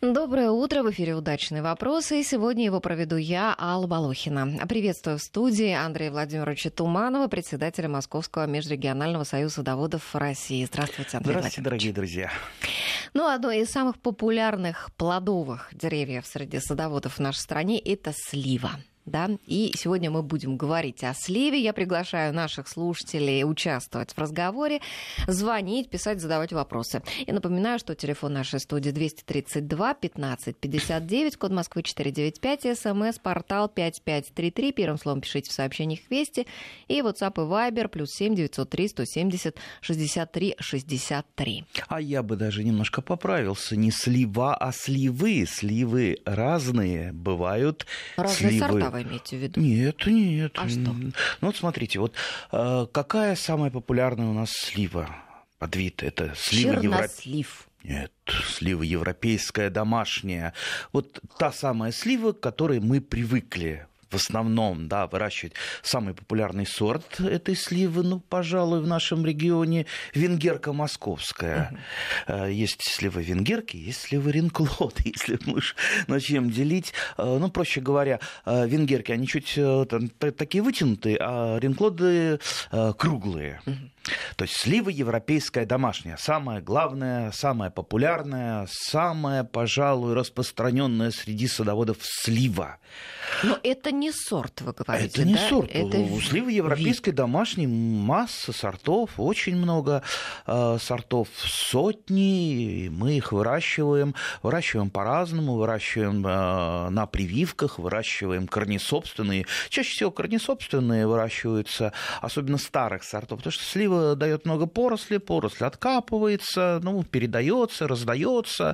Доброе утро, в эфире «Удачные вопросы», и сегодня его проведу я, Алла Болохина. Приветствую в студии Андрея Владимировича Туманова, председателя Московского межрегионального союза садоводов России. Здравствуйте, Андрей Здравствуйте, Владимирович. дорогие друзья. Одно из самых популярных плодовых деревьев среди садоводов в нашей стране – это слива. Да? И сегодня мы будем говорить о сливе. Я приглашаю наших слушателей участвовать в разговоре, звонить, писать, задавать вопросы. Я напоминаю, что телефон нашей студии 232 15 59, код Москвы 495, СМС-портал 5533. Первым словом пишите в сообщениях «Вести». И WhatsApp и Viber +7 903 170 63 63. А я бы даже немножко поправился. Не слива, а сливы. Сливы разные бывают. Разные сливы... сорта вы имеете в виду? Нет. А что? Вот смотрите, какая самая популярная у нас слива? Подвид, это слива Чернослив. Нет, слива европейская, домашняя. Вот та самая слива, к которой мы привыкли в основном, да, выращивать. Самый популярный сорт этой сливы, пожалуй, в нашем регионе венгерка московская. Есть слива венгерки, есть слива ренклод, если мы уж начнем делить. Проще говоря, венгерки, они чуть такие вытянутые, а ренклоды круглые. То есть слива европейская домашняя. Самая главная, самая популярная, самая, пожалуй, распространенная среди садоводов слива. Но это не сорт, вы говорите, это не да? сорт. Это у сливы европейской домашней масса сортов, очень много сортов, сотни. Мы их выращиваем по-разному, выращиваем на прививках, выращиваем корнесобственные. Чаще всего корнесобственные выращиваются, особенно старых сортов, потому что слива дает много поросли откапывается, передается, раздается,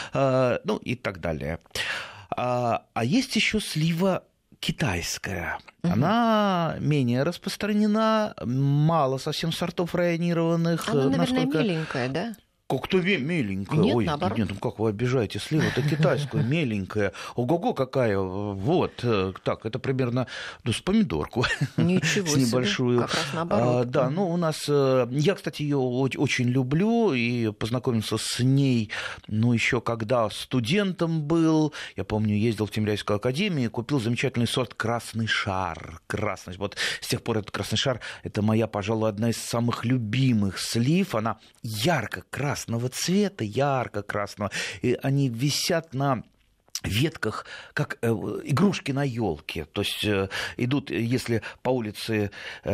и так далее. А есть еще слива китайская. Она менее распространена, мало совсем сортов районированных. Она, наверное, миленькая, да? Как-то меленькая. Нет, наоборот. Нет, как вы обижаете сливу-то китайскую, меленькая. Ого-го, какая. Вот. Так, это примерно с помидорку. Ничего с небольшую. Себе. Как раз наоборот. У нас... Я, кстати, ее очень люблю и познакомился с ней, еще когда студентом был. Я помню, ездил в Тимирязевскую академию и купил замечательный сорт «Красный шар». Вот с тех пор этот «Красный шар» — это моя, пожалуй, одна из самых любимых слив. Она ярко-красная, цвета, ярко-красного, и они висят на ветках, как игрушки на елке. То есть идут, если по улице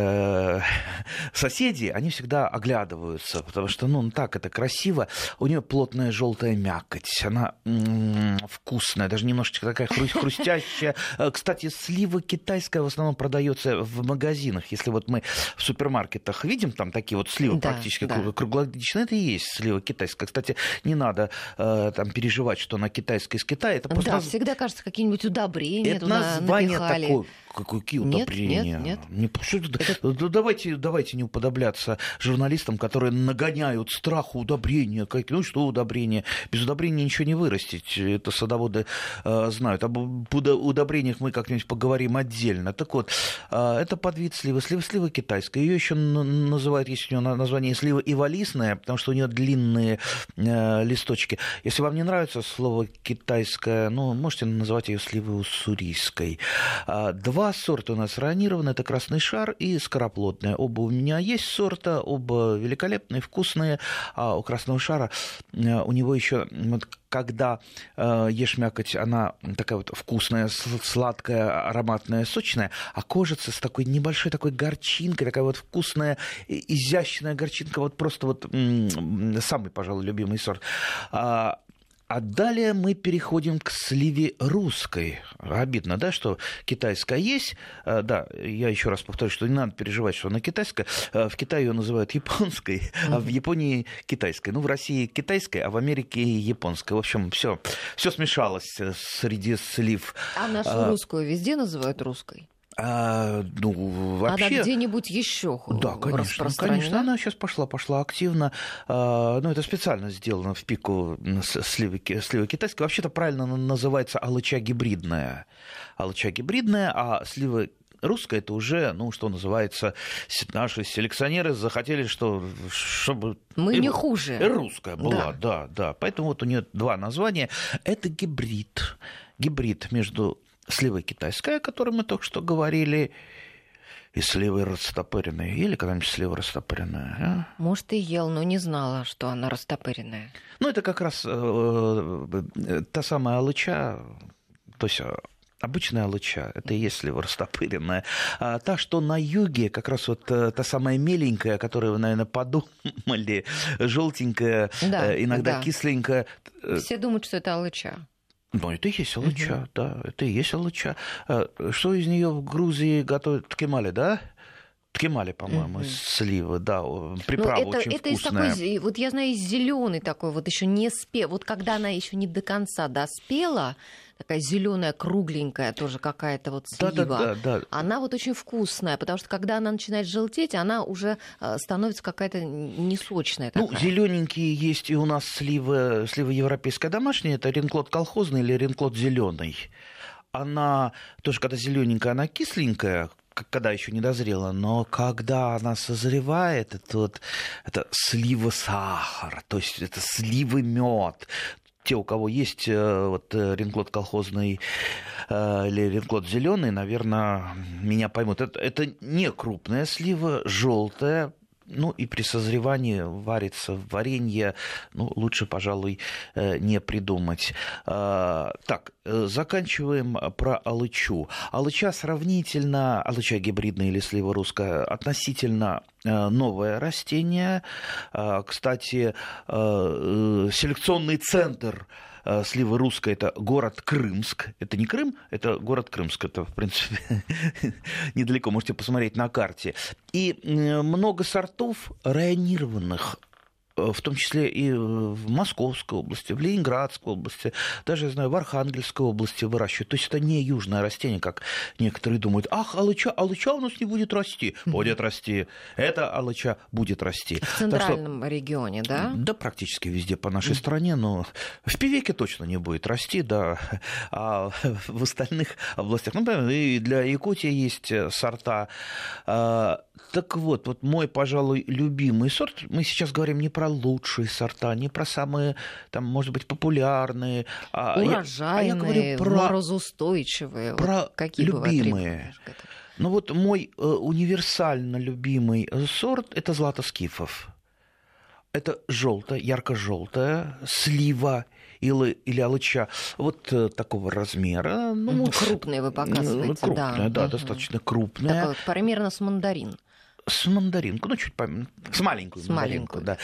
соседи, они всегда оглядываются, потому что, так это красиво. У нее плотная желтая мякоть, она вкусная, даже немножечко такая хрустящая. Кстати, слива китайская в основном продается в магазинах. Если мы в супермаркетах видим там такие сливы, да, практически круглогодичные, это и есть слива китайская. Кстати, не надо там переживать, что она китайская из Китая. Это да, всегда, кажется, какие-нибудь удобрения это туда название напихали. Такое. Какие удобрения? Нет. Давайте не уподобляться журналистам, которые нагоняют страху удобрения. Что удобрения? Без удобрения ничего не вырастить. Это садоводы знают. Об удобрениях мы как-нибудь поговорим отдельно. Так вот, это подвид сливы. Слива китайская. Ее еще называют, есть у нее название слива иволистная, потому что у нее длинные листочки. Если вам не нравится слово китайское, можете называть ее сливой уссурийской. Два сорта у нас ранированы, это «Красный шар» и «Скороплодная». Оба у меня есть сорта, оба великолепные, вкусные. А у «Красного шара» у него еще, когда ешь мякоть, она такая вкусная, сладкая, ароматная, сочная, а кожица с такой небольшой такой горчинкой, такая вкусная, изящная горчинка, просто самый, пожалуй, любимый сорт. А далее мы переходим к сливе русской. Обидно, да, что китайская есть. Да, я еще раз повторю, что не надо переживать, что она китайская. В Китае ее называют японской, а в Японии китайской. В России китайской, а в Америке японской. В общем, все смешалось среди слив. А нашу русскую везде называют русской? Вообще... Она где-нибудь еще конечно, она сейчас пошла активно. Это специально сделано в пику сливы китайской. Вообще-то правильно называется алыча гибридная. А слива русская это уже, ну, что называется, наши селекционеры захотели, чтобы... Мы не хуже. Русская была, да. Поэтому вот у нее два названия. Это гибрид. Гибрид между сливой китайской, о которой мы только что говорили, и сливой растопыренной. Или когда-нибудь слива растопыренная? А? Может, и ел, но не знала, что она растопыренная. Ну, это как раз та самая алыча, то есть обычная алыча, это и есть слива растопыренная. А та, что на юге, как раз вот та самая меленькая, о которой вы, наверное, подумали, желтенькая, иногда кисленькая. Все думают, что это алыча. Ну, это и есть алыча, да, это и есть алыча. Что из нее в Грузии готовят? Ткемали, да? Ткемали, по-моему, сливы, да, приправа очень это вкусная. Из такой, вот я знаю, из зеленой такой, вот еще не спела, вот когда она еще не до конца доспела, такая зеленая, кругленькая тоже какая-то вот слива. Да. Она вот очень вкусная, потому что когда она начинает желтеть, она уже становится какая-то несочная такая. Ну, зелененькие есть и у нас слива европейская домашняя, это ренклот колхозный или ренклот зеленый. Она тоже, когда зелененькая, она кисленькая, когда еще не дозрела, но когда она созревает, это слива-сахар, то есть это сливы-мед. Те, у кого есть вот ренклот колхозный или ренклот зеленый, наверное, меня поймут. Это не крупная слива, желтая. Ну и при созревании варится в варенье, ну, лучше, пожалуй, не придумать. Так, заканчиваем про алычу. Алыча гибридная или слива русская, относительно новое растение. Кстати, селекционный центр сливы русской — это город Крымск. Это не Крым, это город Крымск. Это, в принципе, недалеко, можете посмотреть на карте. И много сортов районированных, в том числе и в Московской области, в Ленинградской области, даже, я знаю, в Архангельской области выращивают. То есть это не южное растение, как некоторые думают. Ах, алыча у нас не будет расти. Будет расти. Это алыча будет расти. В центральном регионе, да? Да, практически везде по нашей стране, но в Певеке точно не будет расти, да. А в остальных областях, например, и для Якутии есть сорта. Так вот мой, пожалуй, любимый сорт, мы сейчас говорим не про лучшие сорта, не про самые, там, может быть, популярные. Урожайные, я говорю про морозоустойчивые. Про какие любимые. Ну вот мой универсально любимый сорт – это златоскифов. Это желтая, ярко-желтая слива или алыча вот такого размера. Ну, крупные вы показываете. Крупная, да, достаточно крупная. Такой, примерно с мандарин. С мандаринку, ну, чуть с маленькую мандаринку, да.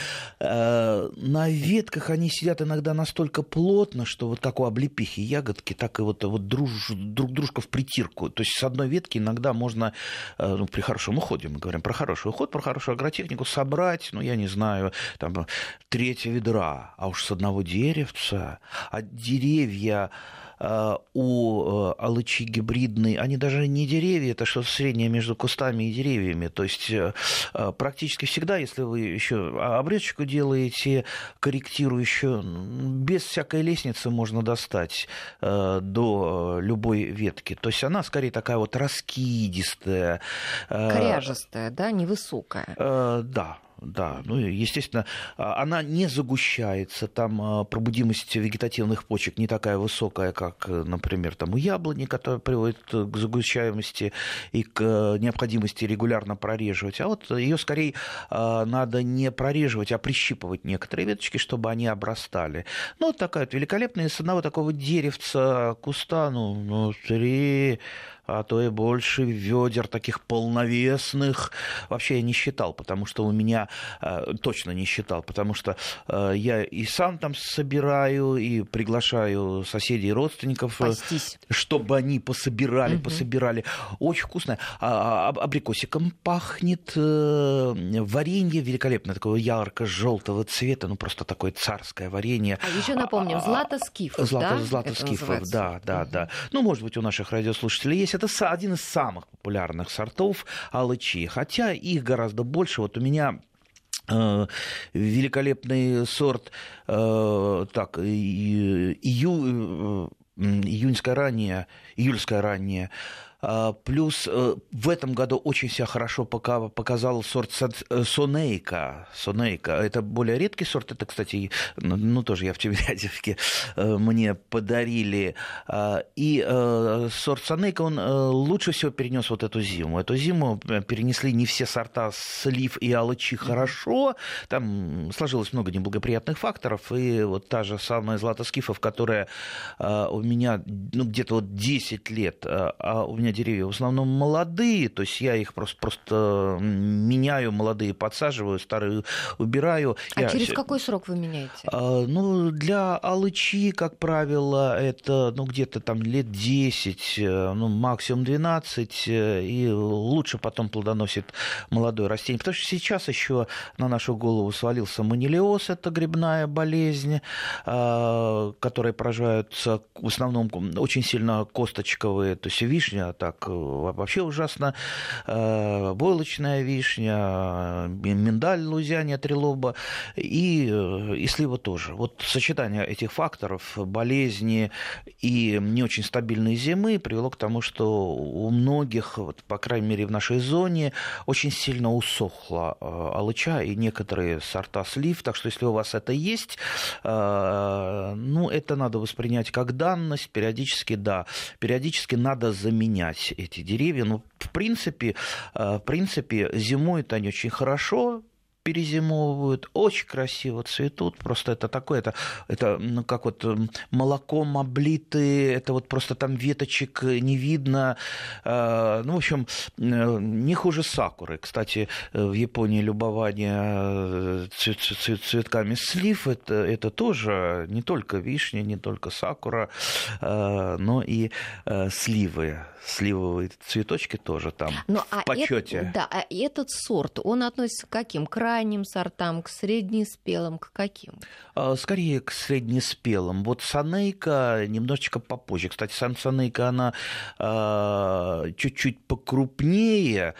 На ветках они сидят иногда настолько плотно, что вот как у облепихи ягодки, так и вот друг дружка в притирку. То есть с одной ветки иногда можно, ну, при хорошем уходе, мы говорим про хороший уход, про хорошую агротехнику, собрать, ну, я не знаю, там, треть ведра, а уж с одного деревца, а деревья у алычи гибридной, они даже не деревья, это что-то среднее между кустами и деревьями. То есть практически всегда, если вы еще обрезочку делаете, корректирующую, без всякой лестницы можно достать до любой ветки. То есть она скорее такая вот раскидистая. Коряжестая, да, невысокая. Да, ну, естественно, она не загущается, там пробудимость вегетативных почек не такая высокая, как, например, там у яблони, которая приводит к загущаемости и к необходимости регулярно прореживать. А вот ее скорее надо не прореживать, а прищипывать некоторые веточки, чтобы они обрастали. Ну, вот такая вот великолепная, с одного такого деревца, куста, ну 3... а то и больше ведер таких полновесных. Вообще я не считал, потому что у меня точно не считал, потому что я и сам там собираю, и приглашаю соседей и родственников, чтобы они пособирали. Очень вкусно. Абрикосиком пахнет, варенье великолепное, такого ярко-желтого цвета, ну просто такое царское варенье. А еще напомним, златоскифов, да? Златоскифов, да. Ну, может быть, у наших радиослушателей есть. Это один из самых популярных сортов алычи, хотя их гораздо больше. Вот у меня великолепный сорт июльское раннее Плюс в этом году очень себя хорошо показал сорт Сонейка. Это более редкий сорт. Это, кстати, тоже я в Тимирязевке мне подарили. И сорт Сонейка, он лучше всего перенес вот эту зиму. Эту зиму перенесли не все сорта слив и алычи хорошо. Там сложилось много неблагоприятных факторов. И вот та же самая Злата Скифов, которая у меня где-то 10 лет, а у меня деревья в основном молодые, то есть я их просто меняю, молодые подсаживаю, старые убираю. Через какой срок вы меняете? Для алычи, как правило, это где-то там лет 10, максимум 12, и лучше потом плодоносит молодое растение. Потому что сейчас еще на нашу голову свалился манилиоз, это грибная болезнь, которая поражаются в основном очень сильно косточковые, то есть вишня, так вообще ужасно, войлочная вишня, миндаль, лузяния, трилоба и слива тоже. Вот сочетание этих факторов, болезни и не очень стабильной зимы привело к тому, что у многих, по крайней мере в нашей зоне, очень сильно усохла алыча и некоторые сорта слив, так что если у вас это есть, это надо воспринять как данность, периодически надо заменять эти деревья. В принципе, зимуют они очень хорошо, перезимовывают, очень красиво цветут, просто это такое, это как молоком облитые, это просто там веточек не видно, в общем, не хуже сакуры. Кстати, в Японии любование цветками слив, это тоже не только вишня, не только сакура, но и сливовые цветочки тоже там в почете. И этот сорт, он относится к каким? К ранним сортам, к среднеспелым, к каким? Скорее к среднеспелым. Вот Сонейка немножечко попозже. Кстати, Сонейка, она чуть-чуть покрупнее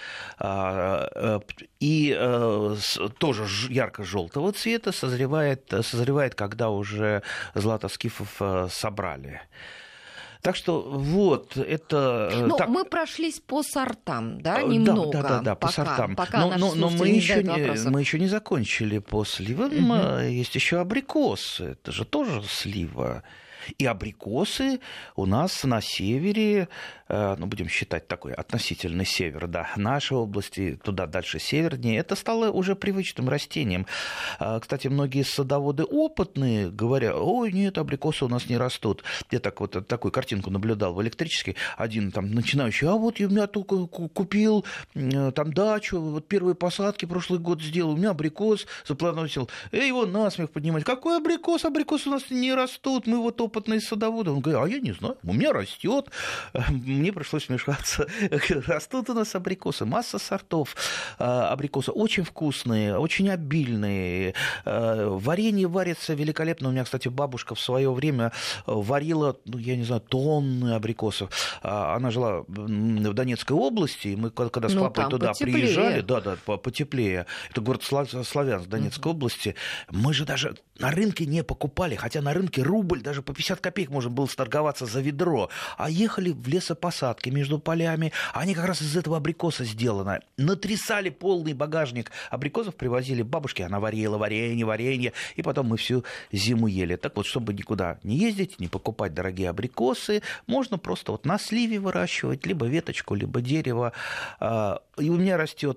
и тоже ярко-желтого цвета, созревает, когда уже Злата Скифов собрали. Так что это... Мы прошлись по сортам, немного. Да, по сортам. Но мы еще не закончили по сливам. Есть еще абрикосы. Это же тоже слива. И абрикосы у нас на севере, будем считать такой относительный север, нашей области, туда дальше севернее, это стало уже привычным растением. Кстати, многие садоводы опытные говорят: ой, нет, абрикосы у нас не растут. Я такую картинку наблюдал в электрической. Один там начинающий: я у меня только купил там дачу, первые посадки прошлый год сделал, у меня абрикос запланосил. Его насмех поднимать. Какой абрикос? Абрикосы у нас не растут, мы опытные садоводы. Он говорит: а я не знаю, у меня растет. Мне пришлось вмешаться. Растут у нас абрикосы, масса сортов абрикосы, очень вкусные, очень обильные. Варенье варится великолепно. У меня, кстати, бабушка в свое время варила, тонны абрикосов. Она жила в Донецкой области, и мы когда с папой туда приезжали, потеплее. Это город Славянск Донецкой области. Мы же даже на рынке не покупали, хотя на рынке рубль, даже по 50 копеек можно было сторговаться за ведро. А ехали в лесопосадки между полями. Они как раз из этого абрикоса сделаны. Натрясали полный багажник абрикосов, привозили бабушке. Она варила варенье. И потом мы всю зиму ели. Так вот, чтобы никуда не ездить, не покупать дорогие абрикосы, можно просто на сливе выращивать либо веточку, либо дерево. И у меня растет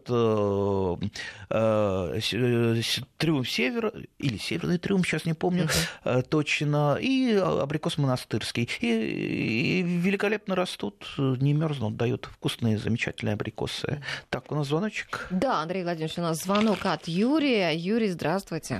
трюм севера, или северный трюм, сейчас не помню точно, и абрикос монастырский. И великолепно растут, не мерзнут, дают вкусные, замечательные абрикосы. Так, у нас звоночек. Да, Андрей Владимирович, у нас звонок от Юрия. Юрий, здравствуйте.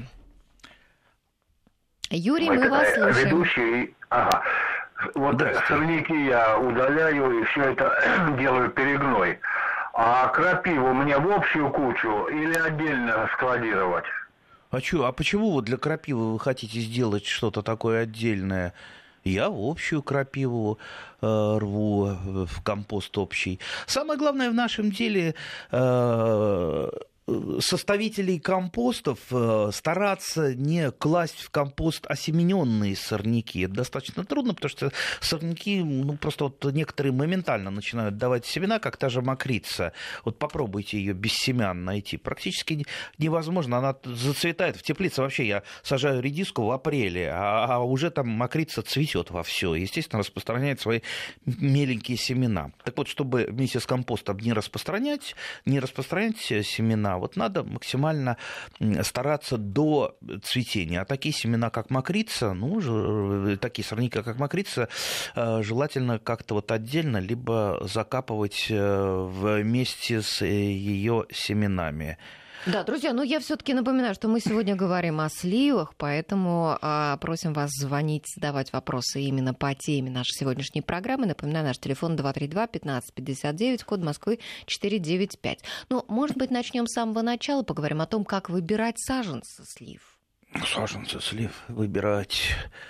Юрий, мы вас слушаем. Ведущий, сорняки я удаляю, и все это делаю перегной. А крапиву мне в общую кучу или отдельно складировать? А почему для крапивы вы хотите сделать что-то такое отдельное? Я в общую крапиву рву, в компост общий. Самое главное в нашем деле составителей компостов стараться не класть в компост осемененные сорняки. Это достаточно трудно, потому что сорняки, просто вот некоторые моментально начинают давать семена, как та же мокрица. Вот попробуйте ее без семян найти. Практически невозможно. Она зацветает в теплице. Вообще я сажаю редиску в апреле, а уже там мокрица цветет вовсю. Естественно, распространяет свои меленькие семена. Так вот, чтобы вместе с компостом не распространять семена, вот надо максимально стараться до цветения. А такие семена, как мокрица, такие сорняки, как мокрица, желательно как-то вот отдельно, либо закапывать вместе с ее семенами. Да, друзья, я все-таки напоминаю, что мы сегодня говорим о сливах, поэтому просим вас звонить, задавать вопросы именно по теме нашей сегодняшней программы. Напоминаю, наш телефон 232-1559, код Москвы 495. Может быть, начнем с самого начала, поговорим о том, как выбирать саженцы слив. Саженцы слив выбирать...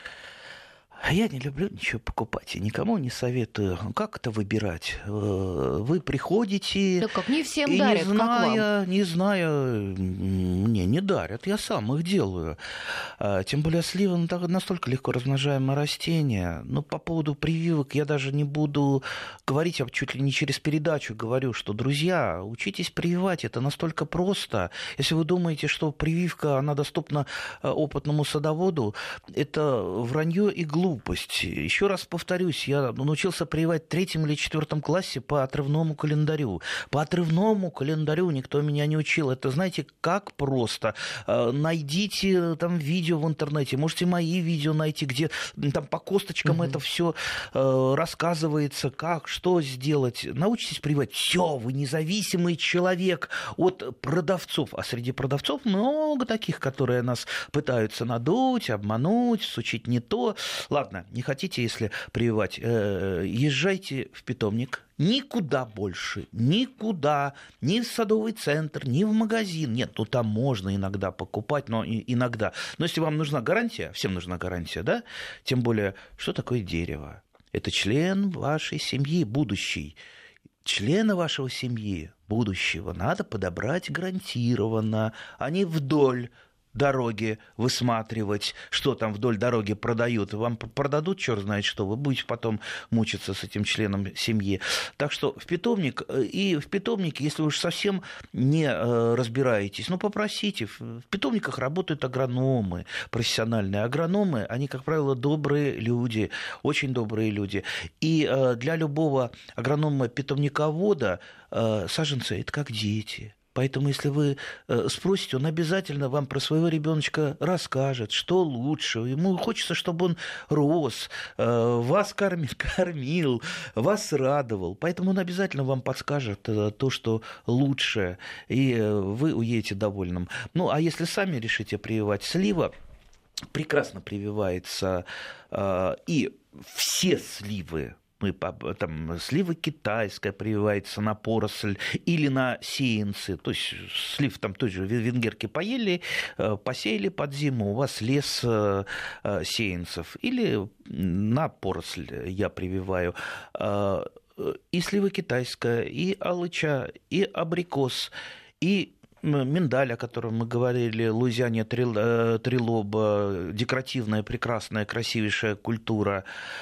Я не люблю ничего покупать и никому не советую. Как это выбирать? Вы приходите... Да как, не всем дарят, как вам? Не зная, мне не дарят, я сам их делаю. Тем более сливы настолько легко размножаемое растение. Но по поводу прививок я даже не буду говорить, я чуть ли не через передачу говорю, что, друзья, учитесь прививать, это настолько просто. Если вы думаете, что прививка, она доступна опытному садоводу, это вранье и глупость. Еще раз повторюсь, я научился прививать в 3 или 4 классе по отрывному календарю. По отрывному календарю никто меня не учил. Это, знаете, как просто. Найдите там видео в интернете, можете мои видео найти, где там по косточкам это все рассказывается, как, что сделать. Научитесь прививать. Все, вы независимый человек от продавцов. А среди продавцов много таких, которые нас пытаются надуть, обмануть, всучить не то. Ладно, не хотите, если прививать, езжайте в питомник, никуда больше, никуда, ни в садовый центр, ни в магазин. Нет, там можно иногда покупать, но иногда. Но если вам нужна гарантия, всем нужна гарантия, да? Тем более, что такое дерево? Это член вашей семьи, будущий. Члена вашего семьи, будущего, надо подобрать гарантированно, а не вдоль дороги высматривать, что там вдоль дороги продают. Вам продадут, черт знает что, вы будете потом мучиться с этим членом семьи. Так что в питомник, и в питомнике, если вы уж совсем не разбираетесь, попросите. В питомниках работают агрономы, профессиональные агрономы, они, как правило, добрые люди, очень добрые люди. И для любого агронома-питомниковода саженцы – это как дети. Поэтому, если вы спросите, он обязательно вам про своего ребеночка расскажет, что лучше. Ему хочется, чтобы он рос, вас кормил, вас радовал. Поэтому он обязательно вам подскажет то, что лучше, и вы уедете довольным. А если сами решите прививать, слива прекрасно прививается, и все сливы, слива китайская прививается на поросль или на сеянцы. То есть слив там той же венгерки поели, посеяли под зиму, у вас лес сеянцев. Или на поросль я прививаю. И слива китайская, и алыча, и абрикос, и миндаль, о котором мы говорили, Лузяния трилоба, декоративная, прекрасная, красивейшая культура.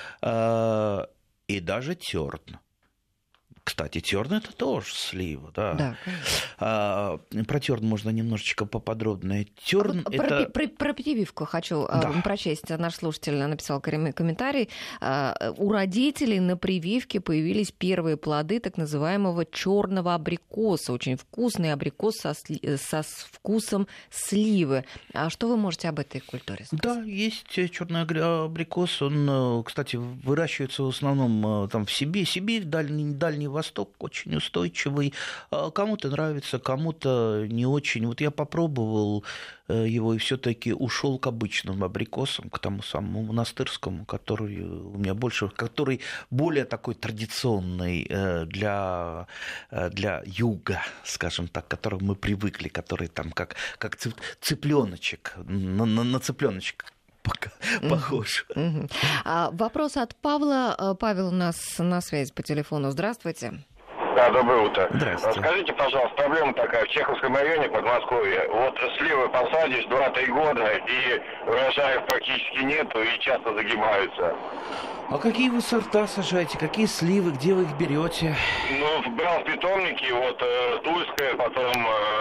И даже терн. Кстати, терн – это тоже слива, да. Про терн можно немножечко поподробнее. Терн это... Про прививку хочу прочесть. Наш слушатель написал комментарий. У родителей на прививке появились первые плоды так называемого черного абрикоса. Очень вкусный абрикос со вкусом сливы. А что вы можете об этой культуре сказать? Да, есть черный абрикос. Он, кстати, выращивается в основном там, в Сибирь, Дальний Восток, очень устойчивый. Кому-то нравится, кому-то не очень. Вот я попробовал его и все-таки ушел к обычным абрикосам, к тому самому монастырскому, который у меня больше, который более такой традиционный для юга, скажем так, к которому мы привыкли, который там как цыпленочек, на цыпленочка похож. Вопрос от Павла. Павел у нас на связи по телефону. Здравствуйте. Да, доброе утро. Здравствуйте. Скажите, пожалуйста, проблема такая в Чеховском районе Подмосковья. Вот сливы посадишь 2-3 года, и урожаев практически нету, и часто загибаются. А какие вы сорта сажаете? Какие сливы? Где вы их берете? Ну, брал в питомнике, вот тульская, потом,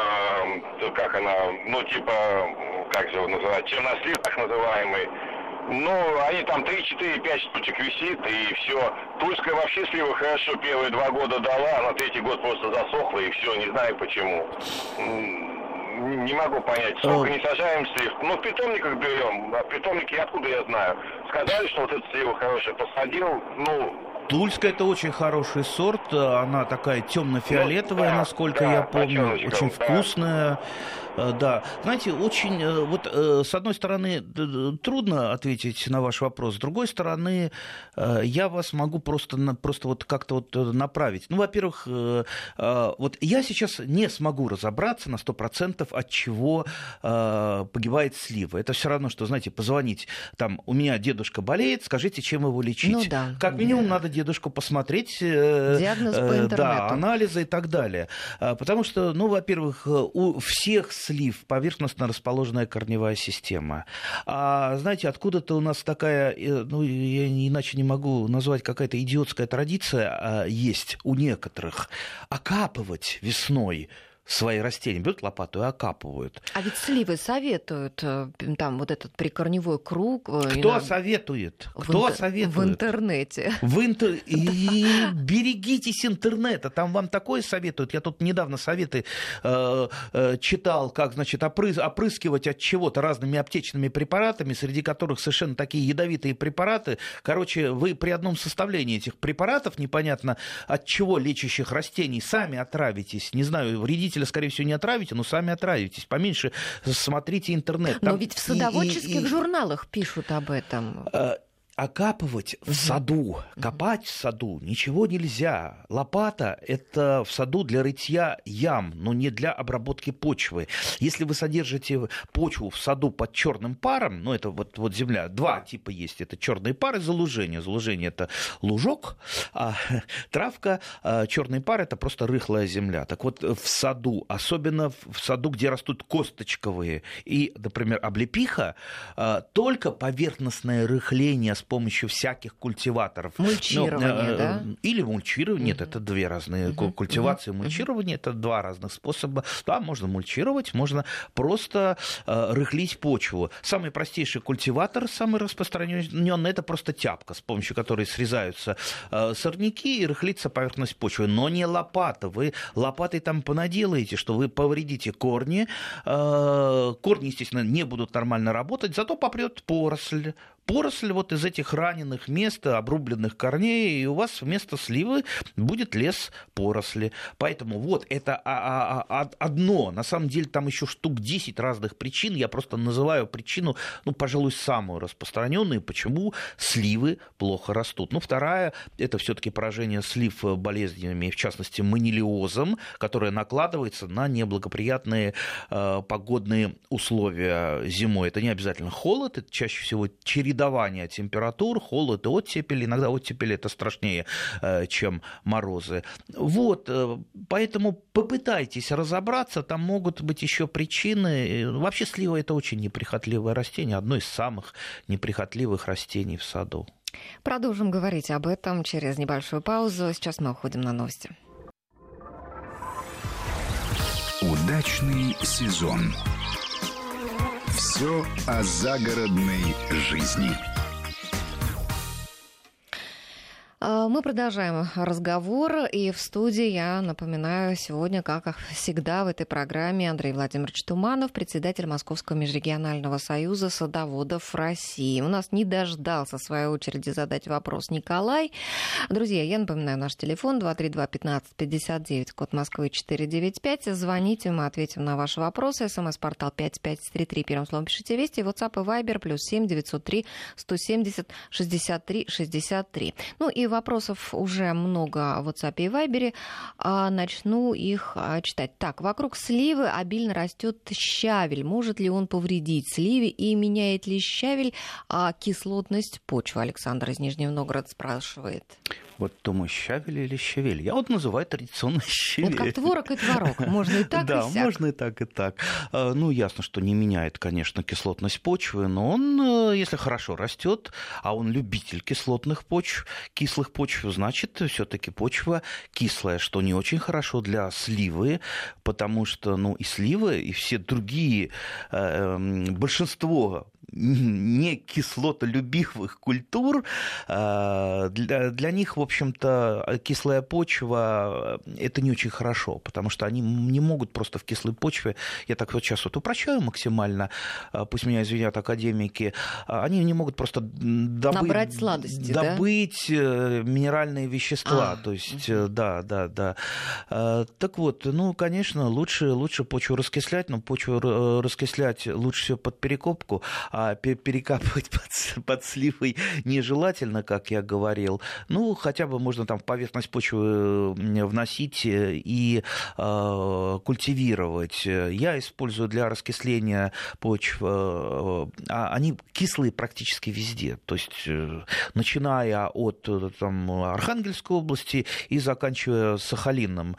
как она, ну, типа, как же его называют, чернослив, так называемый. Ну, они там 3, 4, 5 штучек висит, и все. Тульская вообще слива хорошо первые 2 года дала, а на 3-й год просто засохла, и все, не знаю почему. Не могу понять, сколько не сажаем слив. Ну, в питомниках берем, а в питомнике откуда я знаю? Сказали, что вот эта слива хорошая, посадил, ну... Тульская — это очень хороший сорт, она такая темно-фиолетовая, ну, да, насколько я помню, очень вкусная. Да, знаете, очень, вот с одной стороны, трудно ответить на ваш вопрос, с другой стороны, я вас могу просто вот как-то вот направить. Ну, во-первых, вот я сейчас не смогу разобраться на 100%, от чего погибает слива. Это все равно, что, знаете, позвонить, там, у меня дедушка болеет, скажите, чем его лечить. Ну, да, как минимум, надо дедушку посмотреть, диагноз по интернету, да, анализы и так далее. Потому что, ну, во-первых, у всех слив поверхностно расположенная корневая система. А знаете, откуда-то у нас такая, ну, я иначе не могу назвать, какая-то идиотская традиция есть у некоторых окапывать весной свои растения, берут лопату и окапывают. А ведь сливы советуют, там вот этот прикорневой круг. Кто советует? Кто советует? В интернете. И берегитесь интернета, там вам такое советуют. Я тут недавно советы читал, как, значит, опрыскивать от чего-то разными аптечными препаратами, среди которых совершенно такие ядовитые препараты. Короче, вы при одном составлении этих препаратов, непонятно от чего лечащих растений, сами отравитесь. Не знаю, вредителя, скорее всего, не отравите, но сами отравитесь. Поменьше смотрите интернет. Но ведь в садоводческих журналах пишут об этом. Окапывать в саду, копать в саду ничего нельзя. Лопата – это в саду для рытья ям, но не для обработки почвы. Если вы содержите почву в саду под черным паром, ну это вот земля, 2 типа есть, это черные пары, залужение. Залужение – это лужок, а травка, черный пар – это просто рыхлая земля. Так вот в саду, особенно в саду, где растут косточковые и, например, облепиха, только поверхностное рыхление с помощью всяких культиваторов. Мульчирование, да? Или мульчирование. Нет, это 2 разные культивации. Мульчирование – это 2 разных способа. Да, можно мульчировать, можно просто рыхлить почву. Самый простейший культиватор, самый распространенный, это просто тяпка, с помощью которой срезаются сорняки и рыхлится поверхность почвы. Но не лопата. Вы лопатой там понаделаете, что вы повредите корни. Корни, естественно, не будут нормально работать, зато попрет поросль. Поросль вот из этих раненых мест, обрубленных корней, и у вас вместо сливы будет лес поросли. Поэтому вот это одно. На самом деле там еще штук 10 разных причин. Я просто называю причину, ну, пожалуй, самую распространенную, почему сливы плохо растут. Ну, вторая – это все-таки поражение слив болезнями, в частности, манилиозом, которое накладывается на неблагоприятные погодные условия зимой. Это не обязательно холод, это чаще всего чередование температур, холод и оттепель. Иногда оттепель это страшнее, чем морозы. Вот, поэтому попытайтесь разобраться, там могут быть еще причины. Вообще слива – это очень неприхотливое растение, одно из самых неприхотливых растений в саду. Продолжим говорить об этом через небольшую паузу. Сейчас мы уходим на новости. Удачный сезон. Все о загородной жизни. Мы продолжаем разговор, и в студии, я напоминаю, сегодня, как всегда, в этой программе Андрей Владимирович Туманов, председатель Московского межрегионального союза садоводов России. У нас не дождался, в свою очередь, задать вопрос Николай. Друзья, я напоминаю, наш телефон 232-1559, код Москвы 495. Звоните, мы ответим на ваши вопросы. СМС-портал 5533, первым словом пишите «Вести», WhatsApp и Viber, +7 903 170 63 63. Ну и вопросов уже много в WhatsApp и Viber. Начну их читать. Так, вокруг сливы обильно растет щавель. Может ли он повредить сливе и меняет ли щавель кислотность почвы? Александр из Нижнего Новгорода спрашивает. Вот думаю, щавель или щавель. Я вот называю традиционно щавель. Это как творог и творог. Можно и так, и сяк. Да, можно и так, и так. Ну, ясно, что не меняет, конечно, кислотность почвы, но он, если хорошо растет, а он любитель кислых почв, значит, все-таки почва кислая, что не очень хорошо для сливы, потому что, и сливы, и все другие, большинство не кислотолюбивых культур, для них, в общем-то, кислая почва – это не очень хорошо, потому что они не могут просто в кислой почве, я так вот сейчас упрощаю максимально, пусть меня извинят академики, они не могут просто набрать сладости, добыть минеральные вещества, то есть, да. Так вот, конечно, лучше почву раскислять, но почву раскислять лучше всего под перекопку, а перекапывать под сливой нежелательно, как я говорил. Хотя бы можно там в поверхность почвы вносить и культивировать. Я использую для раскисления почв, они кислые практически везде. То есть, начиная от Архангельской области и заканчивая Сахалином,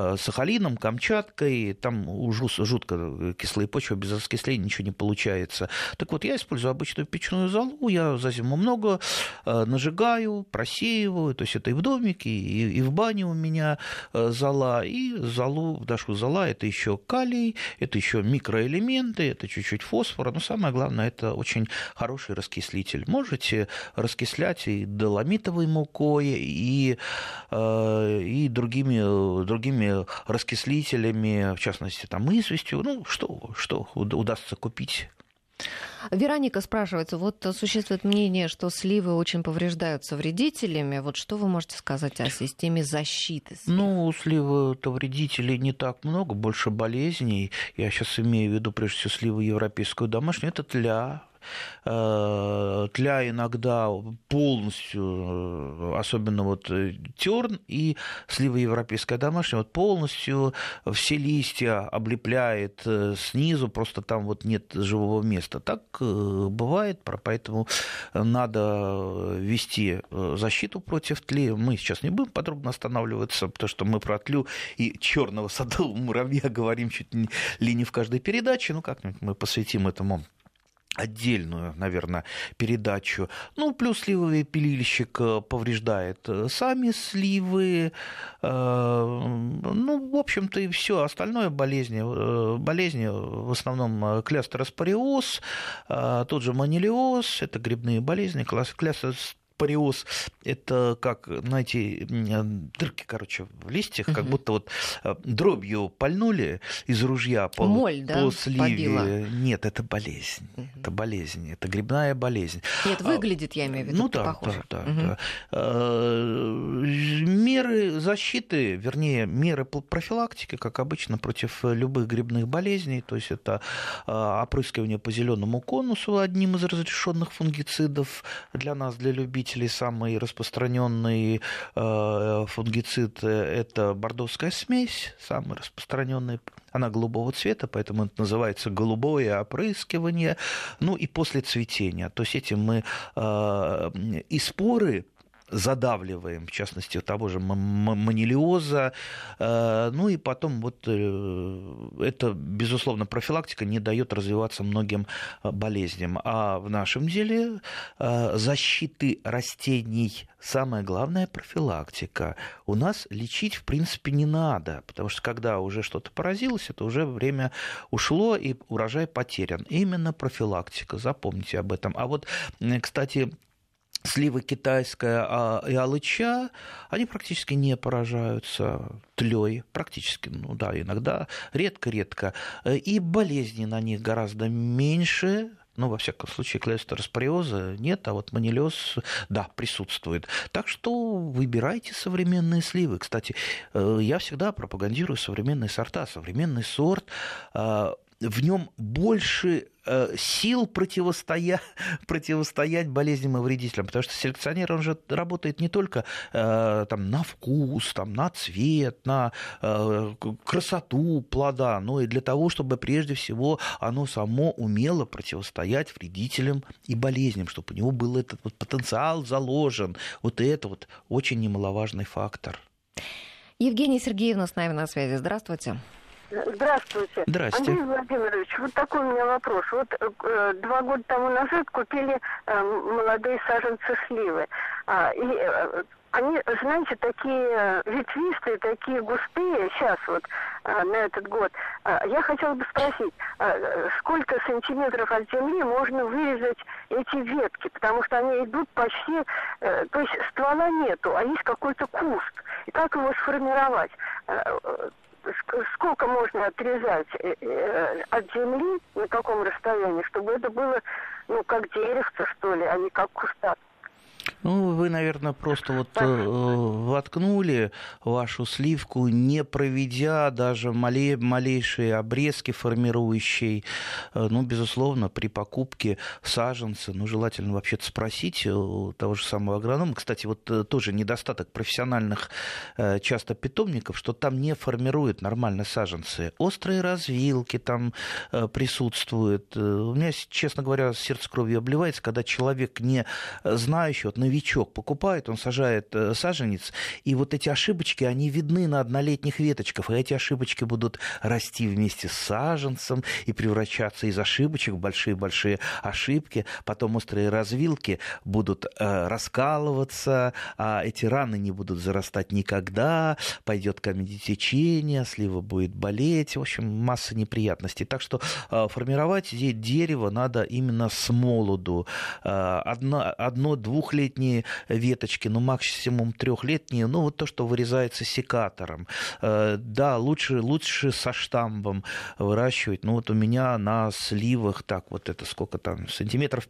Камчаткой, там жутко кислые почвы, без раскисления ничего не получается. Так вот, я использую обычную печную золу, я за зиму много нажигаю, просеиваю, то есть это и в домике, и в бане у меня зола, и золу вношу. Зола – это еще калий, это еще микроэлементы, это чуть-чуть фосфора, но самое главное – это очень хороший раскислитель. Можете раскислять и доломитовой мукой, и другими раскислителями, в частности, там, известью, что удастся купить. Вероника спрашивает, вот существует мнение, что сливы очень повреждаются вредителями. Вот что вы можете сказать о системе защиты слив? Сливы-то вредителей не так много, больше болезней. Я сейчас имею в виду, прежде всего, сливы европейскую домашнюю. Это тля. Тля иногда полностью, особенно терн и слива европейская домашняя, полностью все листья облепляет снизу, просто там нет живого места. Так бывает, поэтому надо ввести защиту против тли. Мы сейчас не будем подробно останавливаться, потому что мы про тлю и черного садового муравья говорим чуть ли не в каждой передаче, как-нибудь мы посвятим этому отдельную, наверное, передачу. Плюс сливовый пилильщик повреждает сами сливы. В общем-то, и все остальное болезни, в основном кластероспориоз, тот же манилиоз, это грибные болезни, кластероспориоз. Это как, знаете, дырки, в листьях, как будто дробью пальнули из ружья по сливе. Побила? Нет, это болезнь. Это болезнь, это грибная болезнь. Нет, выглядит, я имею в виду, похоже. Да. Меры защиты, вернее, меры профилактики, как обычно, против любых грибных болезней, то есть это опрыскивание по зеленому конусу, одним из разрешенных фунгицидов для нас, для любителей. Самый распространенный фунгицид – это бордоская смесь, самый распространенный. Она голубого цвета, поэтому это называется голубое опрыскивание. И после цветения. То есть этим мы и споры задавливаем, в частности, того же манилиоза. И потом это, безусловно, профилактика не дает развиваться многим болезням. А в нашем деле защиты растений самое главное – профилактика. У нас лечить, в принципе, не надо, потому что когда уже что-то поразилось, это уже время ушло, и урожай потерян. Именно профилактика, запомните об этом. А кстати, сливы китайская и алыча, они практически не поражаются тлей, практически, иногда, редко-редко. И болезней на них гораздо меньше. Во всяком случае, кластероспориоза нет, а манилиоз, присутствует. Так что выбирайте современные сливы. Кстати, я всегда пропагандирую современные сорта. Современный сорт в нем больше сил противостоять болезням и вредителям, потому что селекционер, он же работает не только там, на вкус, там, на цвет, на красоту плода, но и для того, чтобы прежде всего оно само умело противостоять вредителям и болезням, чтобы у него был этот вот потенциал заложен. Вот это вот очень немаловажный фактор. Евгения Сергеевна с нами на связи. Здравствуйте. Здравствуйте. Здрасте. Андрей Владимирович, вот такой у меня вопрос. Вот 2 года тому назад купили молодые саженцы сливы. Они, знаете, такие ветвистые, такие густые сейчас вот на этот год. Я хотела бы спросить, сколько сантиметров от земли можно вырезать эти ветки? Потому что они идут почти... То есть ствола нету, а есть какой-то куст. И как его сформировать? Сколько можно отрезать от земли, на каком расстоянии, чтобы это было, ну, как деревце, что ли, а не как кустак? Ну, вы, наверное, просто вот воткнули вашу сливку, не проведя даже малейшие обрезки формирующие. Ну, безусловно, при покупке саженца, ну, желательно вообще-то спросить у того же самого агронома. Кстати, вот тоже недостаток профессиональных часто питомников, что там не формируют нормально саженцы. Острые развилки там присутствуют. У меня, честно говоря, сердце кровью обливается, когда человек, не знающий, вот новичок покупает, он сажает саженец, и вот эти ошибочки, они видны на однолетних веточках, и эти ошибочки будут расти вместе с саженцем и превращаться из ошибочек в большие-большие ошибки, потом острые развилки будут раскалываться, а эти раны не будут зарастать никогда, пойдет камедитечение, слива будет болеть, в общем, масса неприятностей. Так что формировать дерево надо именно с молоду. Одно-двухлетние веточки, ну, максимум 3-летние, ну, вот то, что вырезается секатором. Да, лучше со штамбом выращивать. Ну, вот у меня на сливах, так, вот это сколько там, сантиметров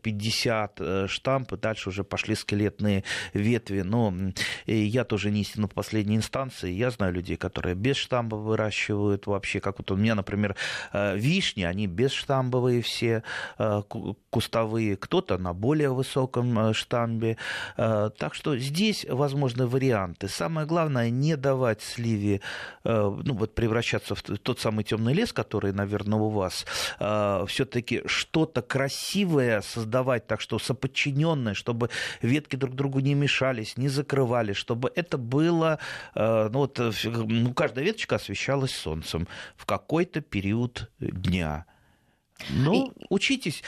50 штамп, и дальше уже пошли скелетные ветви. Но я тоже не истина в последней инстанции. Я знаю людей, которые без штамба выращивают вообще, как вот у меня, например, вишни, они бесштамбовые все, кустовые, кто-то на более высоком штамбе. Так что здесь возможны варианты. Самое главное, не давать сливе, ну, вот превращаться в тот самый темный лес, который, наверное, у вас, все-таки что-то красивое создавать, так что соподчиненное, чтобы ветки друг другу не мешались, не закрывали, чтобы это было, ну, вот, ну, каждая веточка освещалась солнцем в какой-то период дня. Ну, учитесь.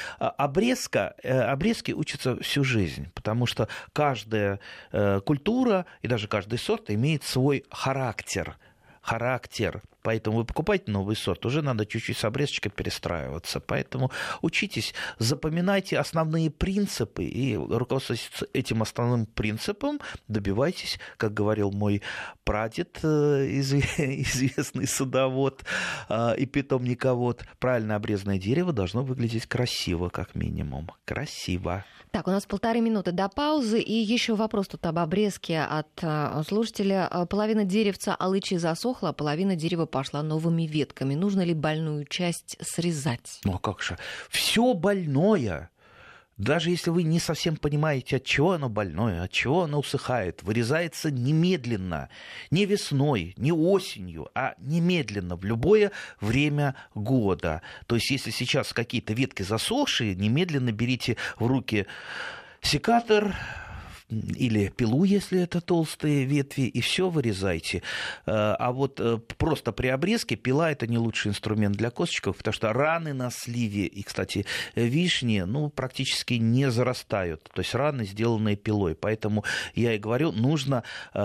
Обрезки учатся всю жизнь, потому что каждая культура и даже каждый сорт имеет свой характер. Поэтому вы покупаете новый сорт, уже надо чуть-чуть с обрезочкой перестраиваться. Поэтому учитесь, запоминайте основные принципы и руководствуйтесь этим основным принципом, добивайтесь, как говорил мой прадед, известный садовод и питомниковод, правильно обрезанное дерево должно выглядеть красиво, как минимум. Красиво. Так, у нас 1,5 минуты до паузы. И еще вопрос тут об обрезке от слушателя. Половина деревца алычи засохла, а половина дерева пошла новыми ветками. Нужно ли больную часть срезать? Ну, а как же? Все больное. Даже если вы не совсем понимаете, от чего оно больное, от чего оно усыхает, вырезается немедленно, не весной, не осенью, а немедленно, в любое время года. То есть, если сейчас какие-то ветки засохшие, немедленно берите в руки секатор или пилу, если это толстые ветви, и все вырезайте. А вот просто при обрезке пила — это не лучший инструмент для косточков, потому что раны на сливе и, кстати, вишни, ну, практически не зарастают. То есть раны, сделанные пилой. Поэтому я и говорю, нужно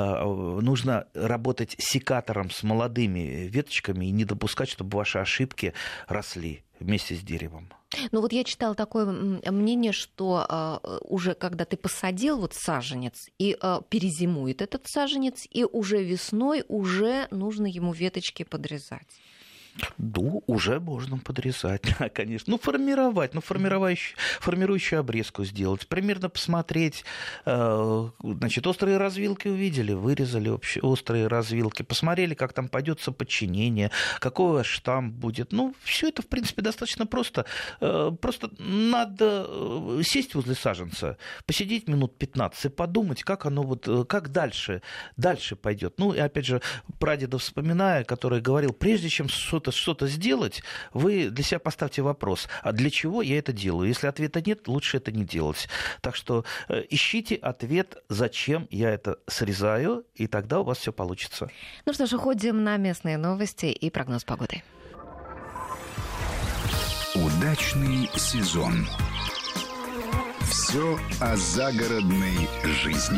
работать секатором с молодыми веточками и не допускать, чтобы ваши ошибки росли вместе с деревом. Ну вот я читала такое мнение, что уже когда ты посадил вот саженец и перезимует этот саженец, и уже весной уже нужно ему веточки подрезать. Ну, уже можно подрезать, да, конечно. Ну, формировать, формирующую обрезку сделать. Примерно посмотреть, значит, острые развилки увидели, вырезали острые развилки, посмотрели, как там пойдет соподчинение, какой у вас штамм будет. Ну, все это, в принципе, достаточно просто. Просто надо сесть возле саженца, посидеть минут 15 и подумать, как оно вот, как дальше пойдет. Ну, и опять же, прадеда вспоминая, который говорил, прежде чем что-то сделать, вы для себя поставьте вопрос, а для чего я это делаю? Если ответа нет, лучше это не делать. Так что ищите ответ, зачем я это срезаю, и тогда у вас все получится. Ну что ж, уходим на местные новости и прогноз погоды. Удачный сезон. Все о загородной жизни.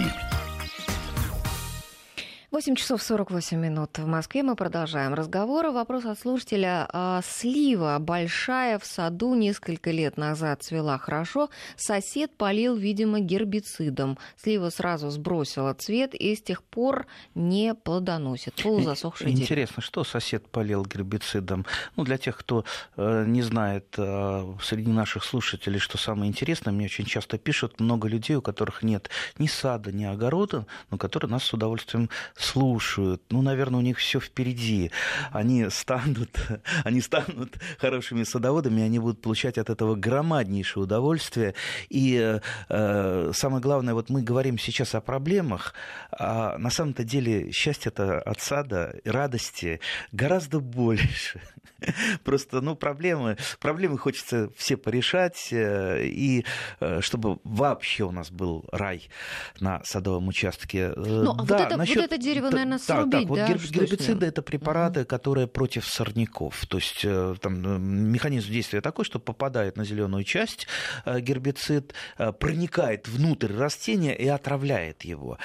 8 часов 48 минут в Москве. Мы продолжаем разговор. Вопрос от слушателя. Слива большая в саду несколько лет назад цвела хорошо. Сосед полил, видимо, гербицидом. Слива сразу сбросила цвет и с тех пор не плодоносит. Полузасохшее дерево. Интересно, что сосед полил гербицидом? Ну, для тех, кто не знает среди наших слушателей, что самое интересное, мне очень часто пишут много людей, у которых нет ни сада, ни огорода, но которые нас с удовольствием слушают. Ну, наверное, у них все впереди. Они станут хорошими садоводами, они будут получать от этого громаднейшее удовольствие. И самое главное, вот мы говорим сейчас о проблемах, а на самом-то деле счастье-то от сада, радости гораздо больше. Просто, проблемы хочется все порешать, и чтобы вообще у нас был рай на садовом участке. Вот это дерево, наверное, срубить, да? Гербициды – это препараты, которые против сорняков. То есть там механизм действия такой, что попадает на зеленую часть гербицид, проникает внутрь растения и отравляет его.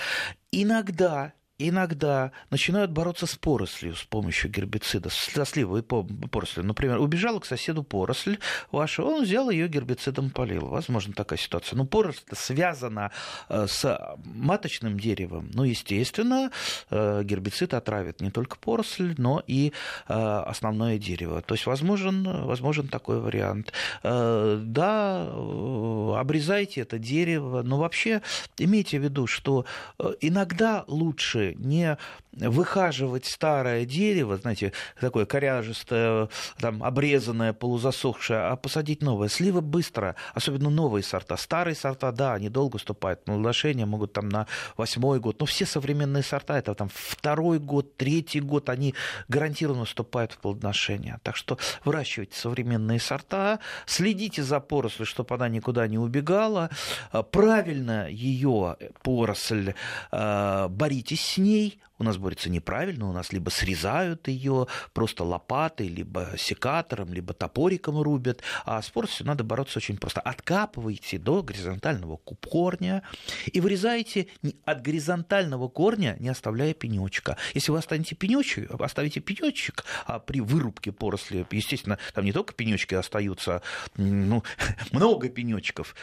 Иногда начинают бороться с порослью с помощью гербицида, со сливовой порослью. Например, убежала к соседу поросль ваша, он взял ее гербицидом, полил. Возможно, такая ситуация. Но поросль связана с маточным деревом. Естественно, гербицид отравит не только поросль, но и основное дерево. То есть возможен такой вариант. Да, обрезайте это дерево, но вообще имейте в виду, что иногда лучше не выхаживать старое дерево, знаете, такое коряжестое, там, обрезанное, полузасохшее, а посадить новое. Сливы быстро, особенно новые сорта. Старые сорта, да, они долго вступают в плодоношение, могут там на 8-й год, но все современные сорта, это там 2-й год, 3-й год, они гарантированно вступают в плодоношение. Так что выращивайте современные сорта, следите за порослью, чтобы она никуда не убегала, правильно ее поросль, боритесь с ней. У нас борются неправильно, у нас либо срезают ее просто лопатой, либо секатором, либо топориком рубят, а с порослью надо бороться очень просто. Откапывайте до горизонтального корня и вырезайте от горизонтального корня, не оставляя пенечка. Если вы оставите пенечек, а при вырубке поросли, естественно, там не только пенечки остаются, много пенечков,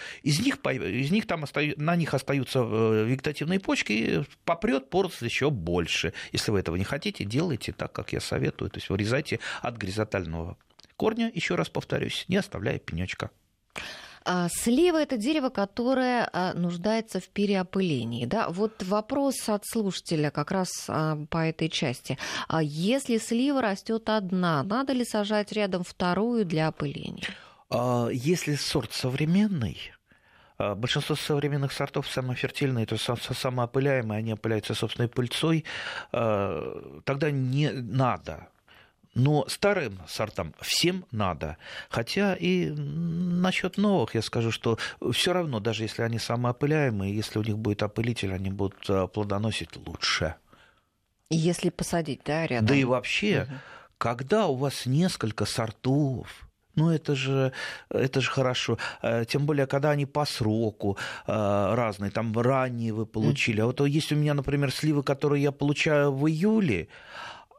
на них остаются вегетативные почки, и попрет поросль еще больше. Если вы этого не хотите, делайте так, как я советую. То есть вырезайте от горизонтального корня, еще раз повторюсь, не оставляя пенечка. Слива – это дерево, которое нуждается в переопылении. Да? Вот вопрос от слушателя как раз по этой части. Если слива растет одна, надо ли сажать рядом вторую для опыления? Если сорт современный, большинство современных сортов самые фертильные, то есть самоопыляемые, они опыляются собственной пыльцой, тогда не надо. Но старым сортам всем надо. Хотя и насчет новых я скажу, что все равно, даже если они самоопыляемые, если у них будет опылитель, они будут плодоносить лучше. Если посадить, да, рядом? Да и вообще, когда у вас несколько сортов, это же хорошо. Тем более, когда они по сроку разные, там ранние вы получили. А вот есть у меня, например, сливы, которые я получаю в июле,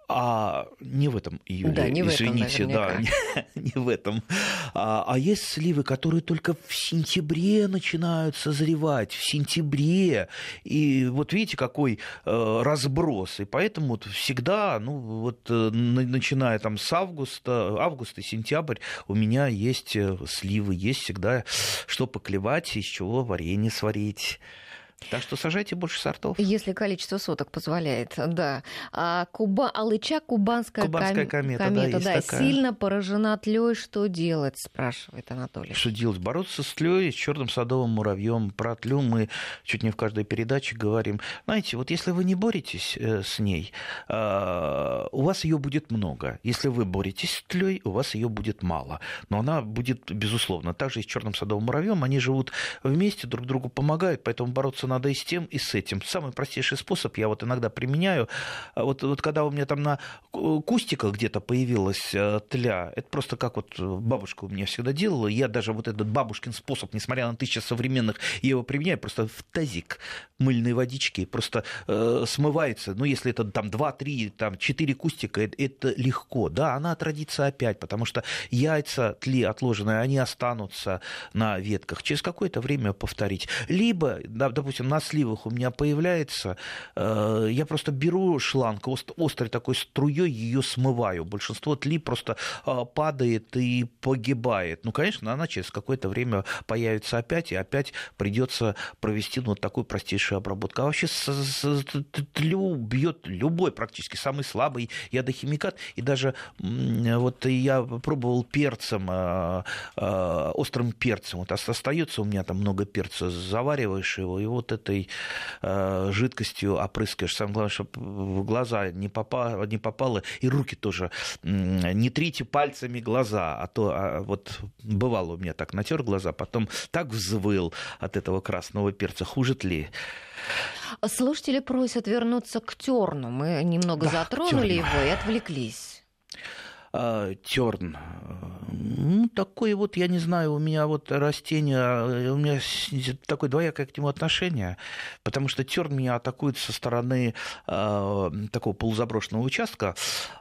А не в этом июле, да, не извините, в этом, не в этом. А есть сливы, которые только в сентябре начинают созревать, в сентябре. И вот видите, какой разброс. И поэтому вот всегда, начиная там с август и сентябрь, у меня есть сливы, есть всегда что поклевать, из чего варенье сварить. Так что сажайте больше сортов. Если количество соток позволяет, да. Алыча, кубанская комета, да, сильно поражена тлей. Что делать, спрашивает Анатолий. Что делать? Бороться с тлей, с черным садовым муравьем. Про тлю мы чуть не в каждой передаче говорим. Знаете, вот если вы не боретесь с ней, у вас ее будет много. Если вы боретесь с тлей, у вас ее будет мало. Но она будет, безусловно. Также и с черным садовым муравьем. Они живут вместе, друг другу помогают, поэтому бороться надо и с тем, и с этим. Самый простейший способ я вот иногда применяю. Вот когда у меня там на кустиках где-то появилась тля, это просто как вот бабушка у меня всегда делала. Я даже вот этот бабушкин способ, несмотря на 1000 современных, я его применяю просто в тазик мыльной водички, просто смывается. Ну, если это там 2, 3, там 4 кустика, это легко. Да, она отродится опять, потому что яйца тли отложенные, они останутся на ветках. Через какое-то время повторить. Либо, допустим, на сливах у меня появляется, я просто беру шланг, острой такой струей ее смываю. Большинство тли просто падает и погибает. Ну, конечно, она через какое-то время появится опять, и опять придется провести такую простейшую обработку. А вообще тлю бьет любой, практически самый слабый ядохимикат. И даже вот я пробовал перцем, острым перцем. Вот остается у меня там много перца, завариваешь его, и вот этой жидкостью опрыскаешь. Самое главное, чтобы в глаза не попало, и руки тоже. Не трите пальцами глаза, а то вот бывало у меня так, натер глаза, потом так взвыл от этого красного перца. Хуже ли? Слушатели просят вернуться к терну. Мы немного затронули его и отвлеклись. Терн. Такое вот, я не знаю, у меня вот растение, у меня такое двоякое к нему отношение, потому что терн меня атакует со стороны такого полузаброшенного участка,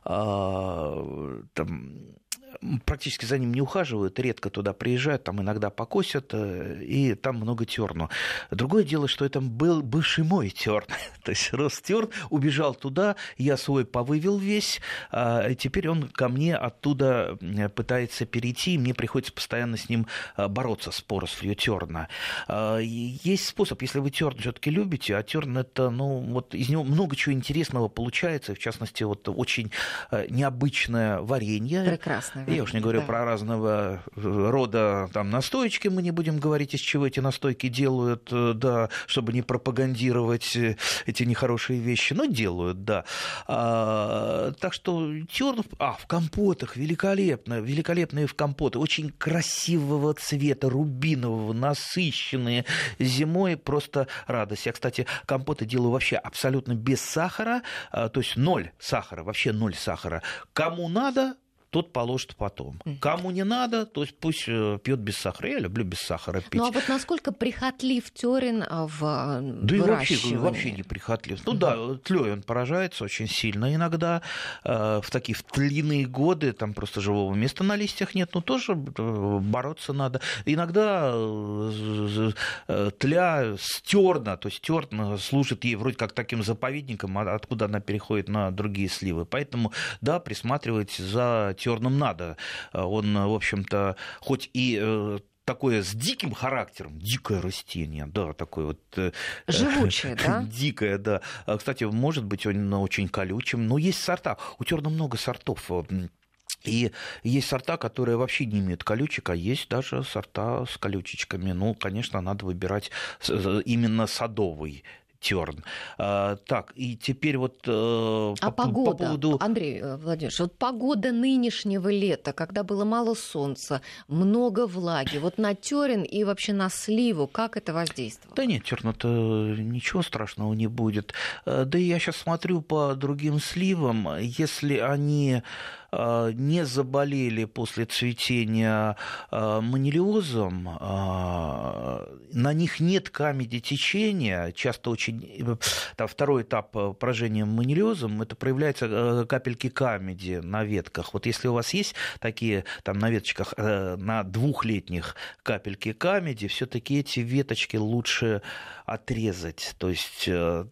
там практически за ним не ухаживают, редко туда приезжают, там иногда покосят, и там много терну. Другое дело, что это был бывший мой терн. То есть рос терн, убежал туда, я свой повывел весь, и теперь он ко мне оттуда пытается перейти, и мне приходится постоянно с ним бороться, с порослью терна. Есть способ, если вы терн все-таки любите, а терн это, вот из него много чего интересного получается, в частности, вот очень необычное варенье. Прекрасно. Я уж не говорю про разного рода там настоечки, мы не будем говорить, из чего эти настойки делают, да, чтобы не пропагандировать эти нехорошие вещи, но делают, да. Так что терн, в компотах великолепные в компоты, очень красивого цвета, рубинового, насыщенные, зимой просто радость. Я, кстати, компоты делаю вообще абсолютно без сахара, то есть 0 сахара, вообще 0 сахара. Кому надо, тот положит потом. Кому не надо, то есть пусть пьет без сахара. Я люблю без сахара пить. Ну а вот насколько прихотлив терен в да выращивании? И вообще не прихотлив. Да, тлей он поражается очень сильно иногда. В такие тлиные годы там просто живого места на листьях нет, но тоже бороться надо. Иногда тля с терна, то есть терн служит ей вроде как таким заповедником, откуда она переходит на другие сливы. Поэтому, да, присматривать за терном надо. Он, в общем-то, хоть и такое с диким характером, дикое растение, да, такое вот... Живучее, да? Дикое, да. Кстати, может быть, он очень колючим, но есть сорта. У терна много сортов. И есть сорта, которые вообще не имеют колючек, а есть даже сорта с колючечками. Конечно, надо выбирать именно садовый терн. Так, и теперь вот погода, по поводу... Андрей Владимирович, вот погода нынешнего лета, когда было мало солнца, много влаги, вот на терн и вообще на сливу, как это воздействовало? Да нет, терна-то ничего страшного не будет. Да и я сейчас смотрю по другим сливам, если они не заболели после цветения манилиозом, на них нет камеди течения, часто очень... Там, второй этап поражения манилиозом, это проявляются капельки камеди на ветках. Вот если у вас есть такие там на веточках, на двухлетних капельки камеди, все-таки эти веточки лучше отрезать, то есть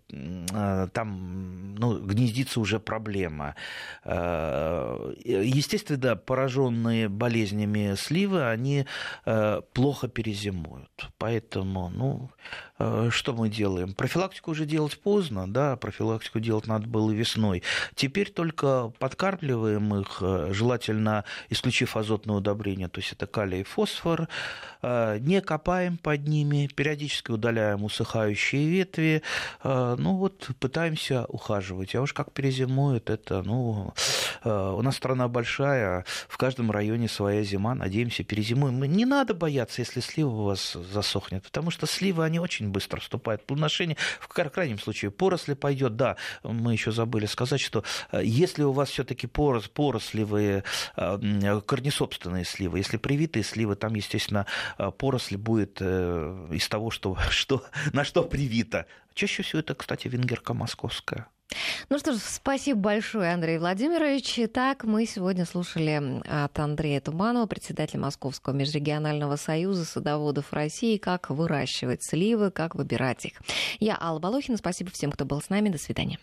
там гнездится уже проблема. Естественно, пораженные болезнями сливы, они плохо перезимуют. Поэтому, что мы делаем? Профилактику уже делать поздно, да, профилактику делать надо было весной. Теперь только подкармливаем их, желательно исключив азотное удобрение, то есть это калий и фосфор, не копаем под ними, периодически удаляем усыхающие ветви, пытаемся ухаживать. А уж как перезимуют, это, у нас страна большая, в каждом районе своя зима, надеемся, перезимуем. Не надо бояться, если слива у вас засохнет, потому что сливы, они очень быстро вступают в плодоношение, в крайнем случае поросль пойдет. Да, мы еще забыли сказать, что если у вас все-таки поросливые, корнесобственные сливы, если привитые сливы, там, естественно, поросль будет из того, на что привито. Чаще всего это, кстати, венгерка московская. Ну что ж, спасибо большое, Андрей Владимирович. Итак, мы сегодня слушали от Андрея Туманова, председателя Московского межрегионального союза садоводов России, как выращивать сливы, как выбирать их. Я Алла Волохина. Спасибо всем, кто был с нами. До свидания.